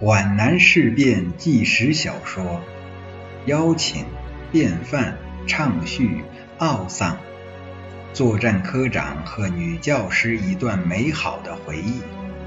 皖南事变纪实小说，邀请、便饭、畅叙、懊丧，作战科长和女教师一段美好的回忆。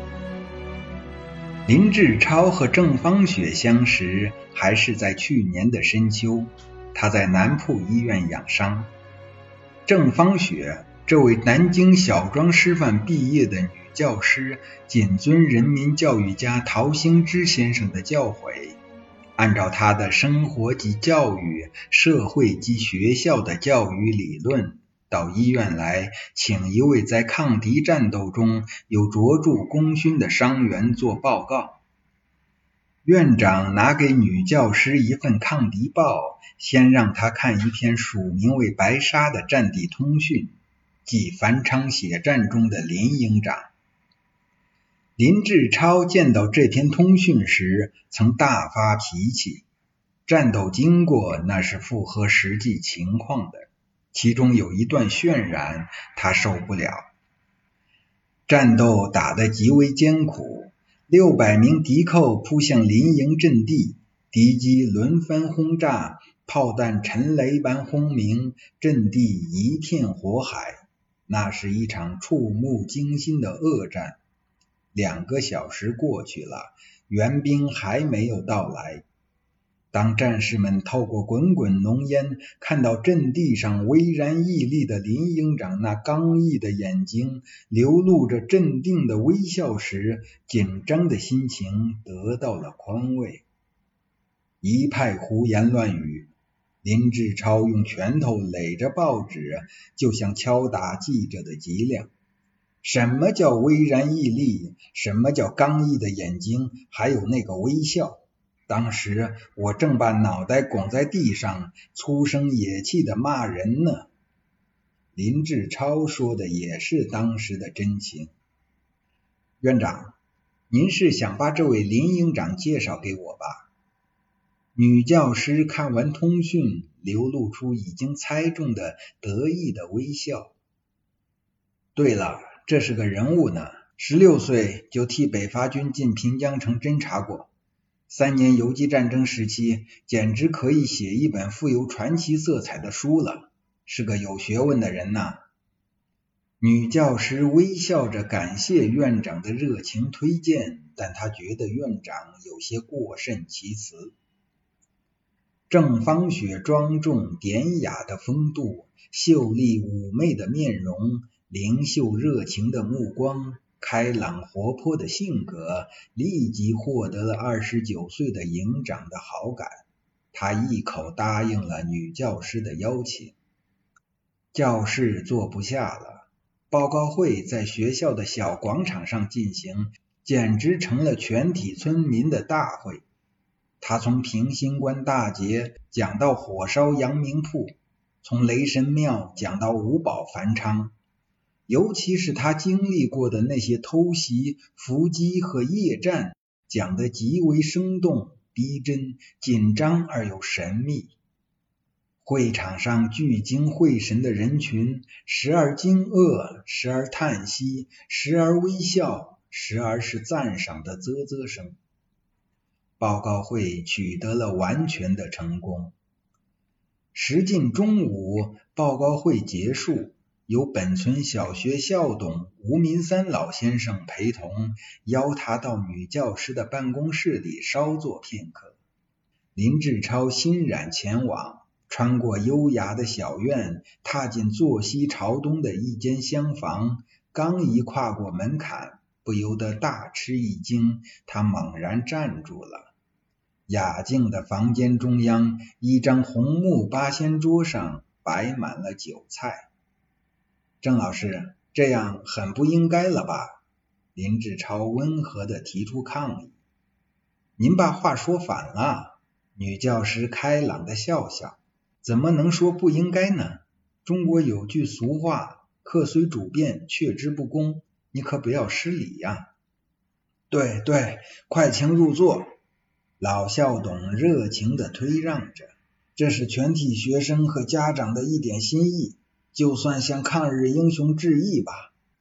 林志超和郑芳雪相识还是在去年的深秋，他在南铺医院养伤。郑芳雪这位南京小庄师范毕业的女教师，谨遵人民教育家陶行知先生的教诲，按照他的生活及教育、社会及学校的教育理论，到医院来请一位在抗敌战斗中有卓著功勋的伤员做报告。院长拿给女教师一份抗敌报，先让她看一篇署名为白沙的战地通讯，即樊昌血战中的林营长。林志超见到这篇通讯时曾大发脾气，战斗经过那是符合实际情况的，其中有一段渲染他受不了。战斗打得极为艰苦，600名敌寇扑向林营阵地，敌机轮番轰炸，炮弹沉雷般轰鸣，阵地一片火海，那是一场触目惊心的恶战。2个小时过去了，援兵还没有到来。当战士们透过滚滚浓烟看到阵地上巍然屹立的林营长那刚毅的眼睛，流露着镇定的微笑时，紧张的心情得到了宽慰。一派胡言乱语，林志超用拳头垒着报纸，就像敲打记者的脊梁。什么叫巍然屹立？什么叫刚毅的眼睛？还有那个微笑？当时我正把脑袋拱在地上，粗声野气地骂人呢。林志超说的也是当时的真情。院长，您是想把这位林营长介绍给我吧？女教师看完通讯，流露出已经猜中的得意的微笑。对了，这是个人物呢，16岁就替北伐军进平江城侦察过，3年游击战争时期，简直可以写一本富有传奇色彩的书了，是个有学问的人呐。女教师微笑着感谢院长的热情推荐，但她觉得院长有些过甚其词。郑芳雪庄重典雅的风度，秀丽妩媚的面容，灵秀热情的目光，开朗活泼的性格，立即获得了29岁的营长的好感。他一口答应了女教师的邀请。教室坐不下了，报告会在学校的小广场上进行，简直成了全体村民的大会。他从平型关大捷讲到火烧阳明铺，从雷神庙讲到五保繁昌，尤其是他经历过的那些偷袭、伏击和夜战，讲得极为生动、逼真、紧张而又神秘。会场上聚精会神的人群，时而惊愕，时而叹息，时而微笑，时而是赞赏的啧啧声。报告会取得了完全的成功。时近中午，报告会结束，由本村小学校董吴民三老先生陪同，邀他到女教师的办公室里稍坐片刻。林志超欣然前往，穿过优雅的小院，踏进坐西朝东的一间厢房，刚一跨过门槛，不由得大吃一惊，他猛然站住了。雅静的房间中央，一张红木八仙桌上摆满了酒菜。郑老师，这样很不应该了吧？林志超温和地提出抗议。您把话说反了。女教师开朗地笑笑。怎么能说不应该呢？中国有句俗话，客随主便，却之不恭，你可不要失礼呀。对对，快请入座。老校董热情地推让着，这是全体学生和家长的一点心意，就算向抗日英雄致意吧。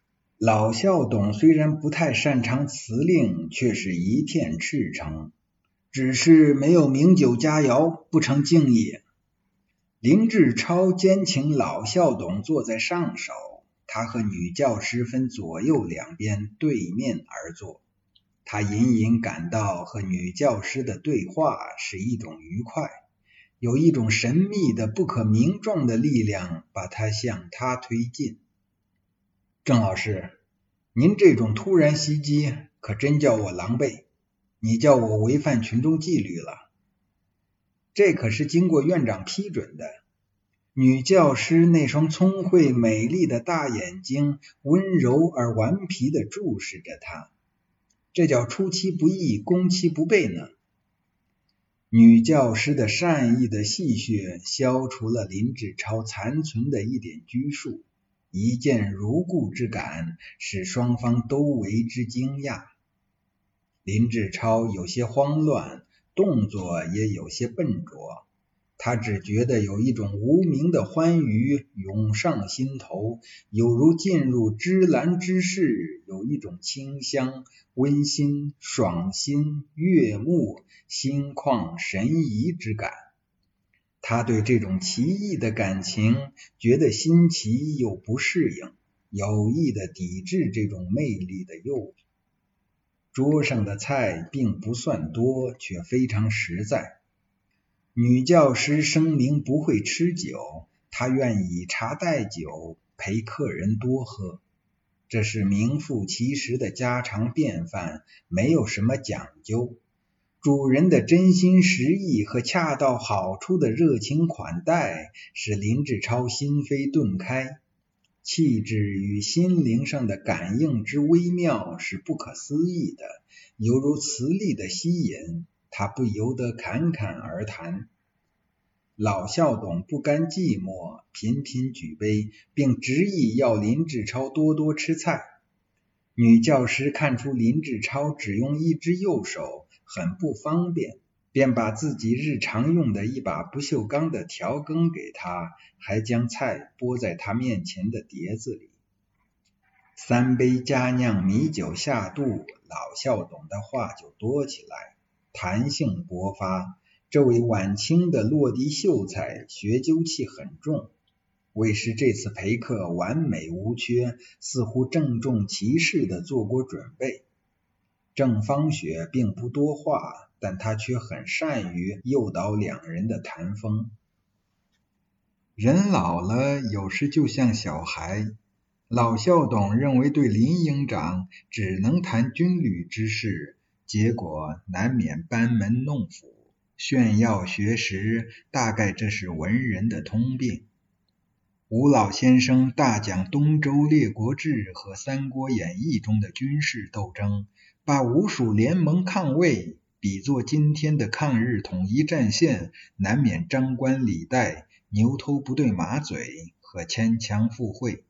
老校董虽然不太擅长辞令，却是一片赤诚，只是没有名酒佳肴，不成敬也。林志超兼请老校董坐在上首，他和女教师分左右两边对面而坐。他隐隐感到和女教师的对话是一种愉快，有一种神秘的不可名状的力量把他向他推进。郑老师，您这种突然袭击可真叫我狼狈，你叫我违反群众纪律了。这可是经过院长批准的。女教师那双聪慧美丽的大眼睛温柔而顽皮地注视着他，这叫出其不意，攻其不备呢。女教师的善意的戏谑消除了林志超残存的一点拘束，一见如故之感使双方都为之惊讶。林志超有些慌乱，动作也有些笨拙，他只觉得有一种无名的欢愉涌上心头，有如进入芝兰之室，有一种清香、温馨、爽心、悦目、心旷神怡之感。他对这种奇异的感情觉得新奇又不适应，有意地抵制这种魅力的诱惑。桌上的菜并不算多，却非常实在。女教师声明不会吃酒，她愿以茶代酒，陪客人多喝。这是名副其实的家常便饭，没有什么讲究。主人的真心实意和恰到好处的热情款待，使林志超心扉顿开。气质与心灵上的感应之微妙是不可思议的，犹如磁力的吸引，他不由得侃侃而谈。老校董不甘寂寞，频频举杯，并执意要林志超多多吃菜。女教师看出林志超只用一只右手很不方便，便把自己日常用的一把不锈钢的调羹给他，还将菜拨在他面前的碟子里。3杯佳酿米酒下肚，老校董的话就多起来，弹性勃发。这位晚清的落地秀才学究气很重，为使这次陪客完美无缺，似乎郑重其事地做过准备。郑芳雪并不多话，但他却很善于诱导两人的谈风。人老了，有时就像小孩。老校董认为对林营长只能谈军旅之事，结果难免班门弄斧，炫耀学识，大概这是文人的通病。吴老先生大讲东周列国志和三国演义中的军事斗争，把吴蜀联盟抗魏比作今天的抗日统一战线，难免张冠李戴，牛头不对马嘴和牵强附会。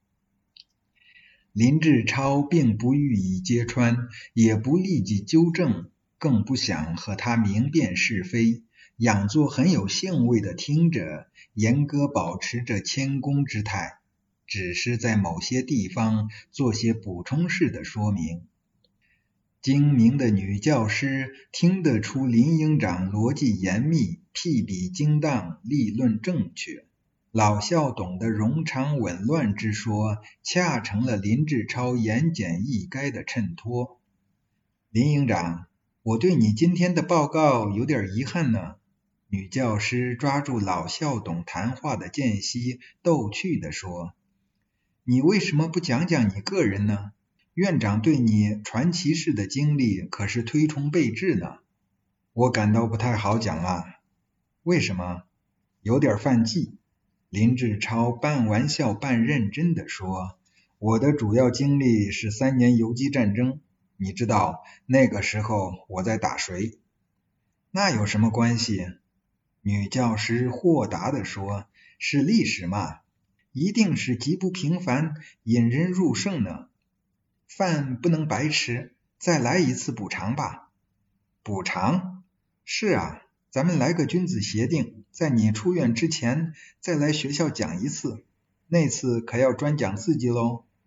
林志超并不予以揭穿，也不立即纠正，更不想和他明辨是非，佯作很有兴味地听着，严格保持着谦恭之态，只是在某些地方做些补充式的说明。精明的女教师听得出林营长逻辑严密，辟笔精当，立论正确。老校董的冗长紊乱之说，恰成了林志超言简意赅的衬托。林营长，我对你今天的报告有点遗憾呢。女教师抓住老校董谈话的间隙，逗趣地说：你为什么不讲讲你个人呢？院长对你传奇式的经历可是推崇备至呢。我感到不太好讲啦。为什么？有点犯忌。林志超半玩笑半认真地说，我的主要经历是3年游击战争，你知道那个时候我在打谁？那有什么关系？女教师豁达地说，是历史嘛，一定是极不平凡，引人入胜呢。饭不能白吃，再来一次补偿吧。补偿？是啊，咱们来个君子协定，在你出院之前再来学校讲一次，那次可要专讲4级喽。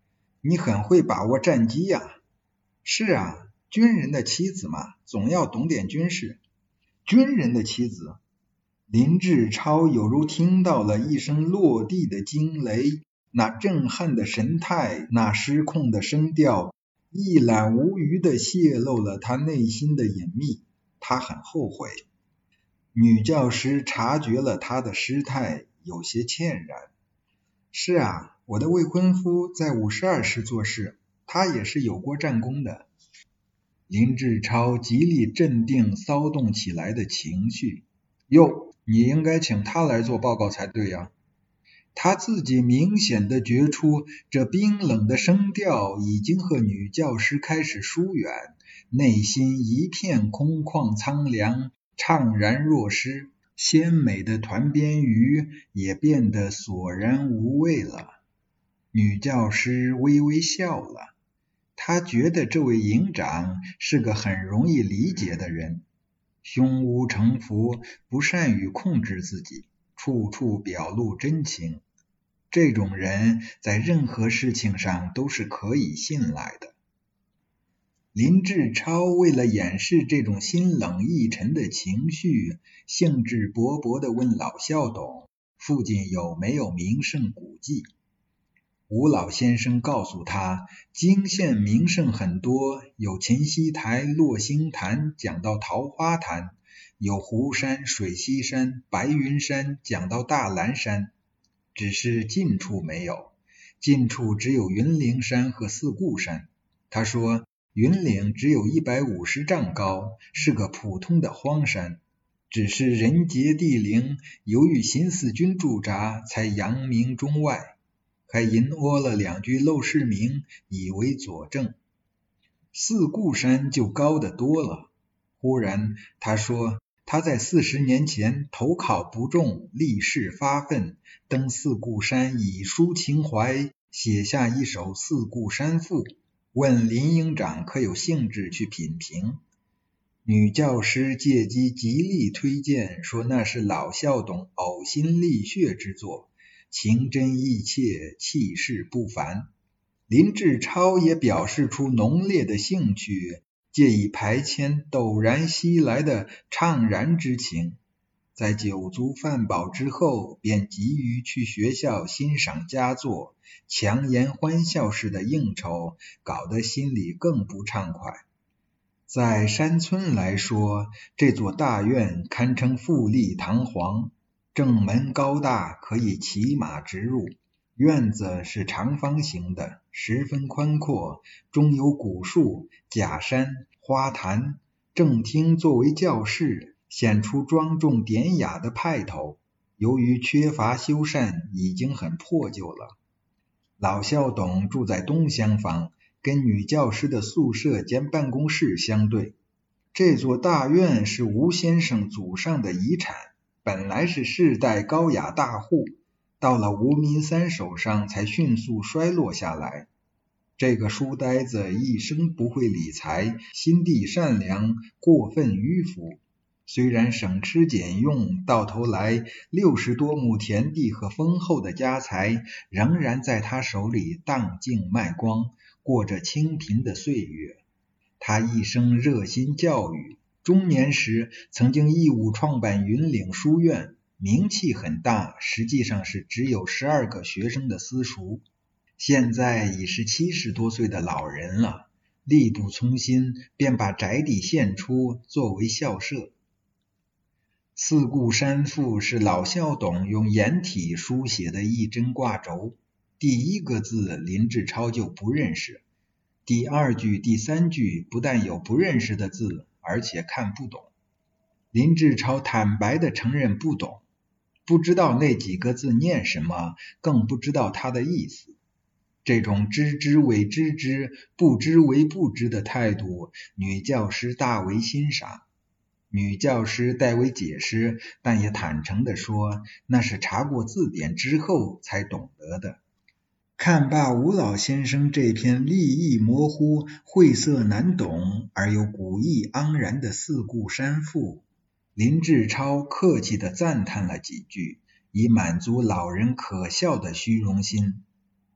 你很会把握战机呀。是啊，军人的妻子嘛，总要懂点军事。军人的妻子？林志超有如听到了一声落地的惊雷，那震撼的神态，那失控的声调，一览无余地泄露了他内心的隐秘。他很后悔。女教师察觉了他的失态，有些歉然。是啊，我的未婚夫在52师做事，他也是有过战功的。林志超极力镇定骚动起来的情绪。哟，你应该请他来做报告才对呀。他自己明显地觉出这冰冷的声调已经和女教师开始疏远，内心一片空旷苍凉，怅然若失，鲜美的团边鱼也变得索然无味了。女教师微微笑了，她觉得这位营长是个很容易理解的人，胸无城府，不善于控制自己，处处表露真情。这种人在任何事情上都是可以信赖的。林志超为了掩饰这种心冷意沉的情绪，兴致勃勃地问老校董，附近有没有名胜古迹。吴老先生告诉他，泾县名胜很多，有秦溪台、落星潭讲到桃花潭，有湖山、水西山、白云山讲到大兰山，只是近处没有，近处只有云灵山和四顾山。他说云岭只有150丈高，是个普通的荒山，只是人杰地灵，由于新四军驻扎才扬名中外，还引讹了2句陋室铭以为佐证。四顾山就高得多了。忽然他说他在40年前投考不中，立誓发奋，登四顾山以抒情怀，写下一首四顾山赋，问林营长可有兴致去品评。女教师借机极力推荐，说那是老校董呕心沥血之作，情真意切，气势不凡。林志超也表示出浓烈的兴趣，借以排遣陡然袭来的怅然之情。在酒足饭饱之后，便急于去学校欣赏佳作，强颜欢笑式的应酬，搞得心里更不畅快。在山村来说，这座大院堪称富丽堂皇，正门高大，可以骑马直入。院子是长方形的，十分宽阔，中有古树、假山、花坛，正厅作为教室，显出庄重典雅的派头。由于缺乏修缮，已经很破旧了。老校董住在东厢房，跟女教师的宿舍兼办公室相对。这座大院是吴先生祖上的遗产，本来是世代高雅大户，到了吴民三手上才迅速衰落下来。这个书呆子一生不会理财，心地善良，过分迂腐。虽然省吃俭用，到头来60多亩田地和丰厚的家财仍然在他手里荡尽卖光，过着清贫的岁月。他一生热心教育，中年时曾经义务创办云岭书院，名气很大，实际上是只有12个学生的私塾。现在已是70多岁的老人了，力不从心，便把宅地献出作为校舍。四顾山赋是老校董用颜体书写的一针挂轴，第一个字林志超就不认识，第2句、第3句不但有不认识的字，而且看不懂。林志超坦白地承认不懂，不知道那几个字念什么，更不知道它的意思。这种知之为知之，不知为不知的态度，女教师大为欣赏。女教师代为解释，但也坦诚地说，那是查过字典之后才懂得的。看罢吴老先生这篇立意模糊、晦涩难懂而又古意盎然的四顾山赋，林志超客气地赞叹了几句，以满足老人可笑的虚荣心。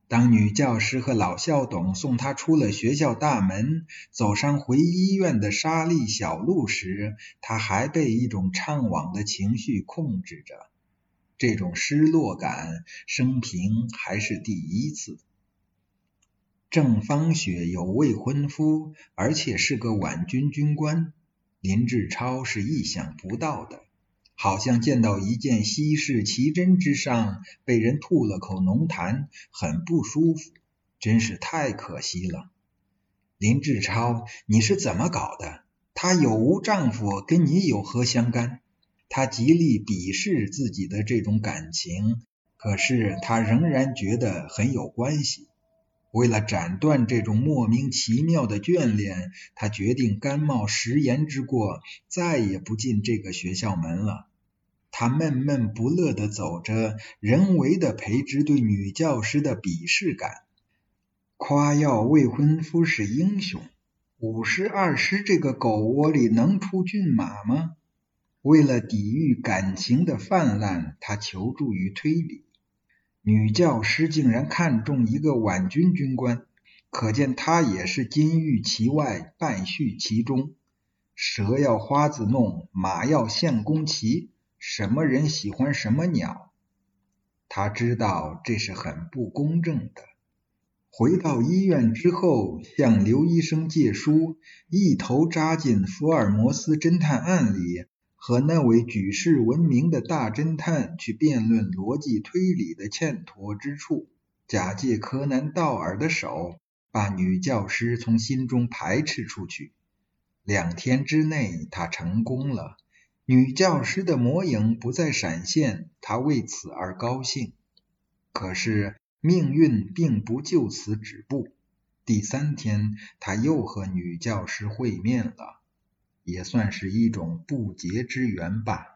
当女教师和老校董送他出了学校大门，走上回医院的沙砾小路时，他还被一种怅惘的情绪控制着。这种失落感，生平还是第一次。郑芳雪有未婚夫，而且是个皖军军官，林志超是意想不到的，好像见到一件稀世奇珍之上，被人吐了口浓痰，很不舒服，真是太可惜了。林志超，你是怎么搞的？她有无丈夫跟你有何相干？他极力鄙视自己的这种感情，可是他仍然觉得很有关系。为了斩断这种莫名其妙的眷恋，他决定甘冒食言之过，再也不进这个学校门了。他闷闷不乐地走着，人为地培植对女教师的鄙视感，夸耀未婚夫是英雄。52师这个狗窝里能出骏马吗？为了抵御感情的泛滥，他求助于推理。女教师竟然看中一个皖军军官，可见她也是金玉其外，败絮其中。蛇要花子弄，马要相公骑，什么人喜欢什么鸟。他知道这是很不公正的。回到医院之后，向刘医生借书，一头扎进福尔摩斯侦探案里，和那位举世闻名的大侦探去辩论逻辑推理的欠妥之处，假借柯南道尔的手，把女教师从心中排斥出去。2天之内他成功了，女教师的魔影不再闪现，他为此而高兴。可是命运并不就此止步，第3天他又和女教师会面了，也算是一种不解之缘吧。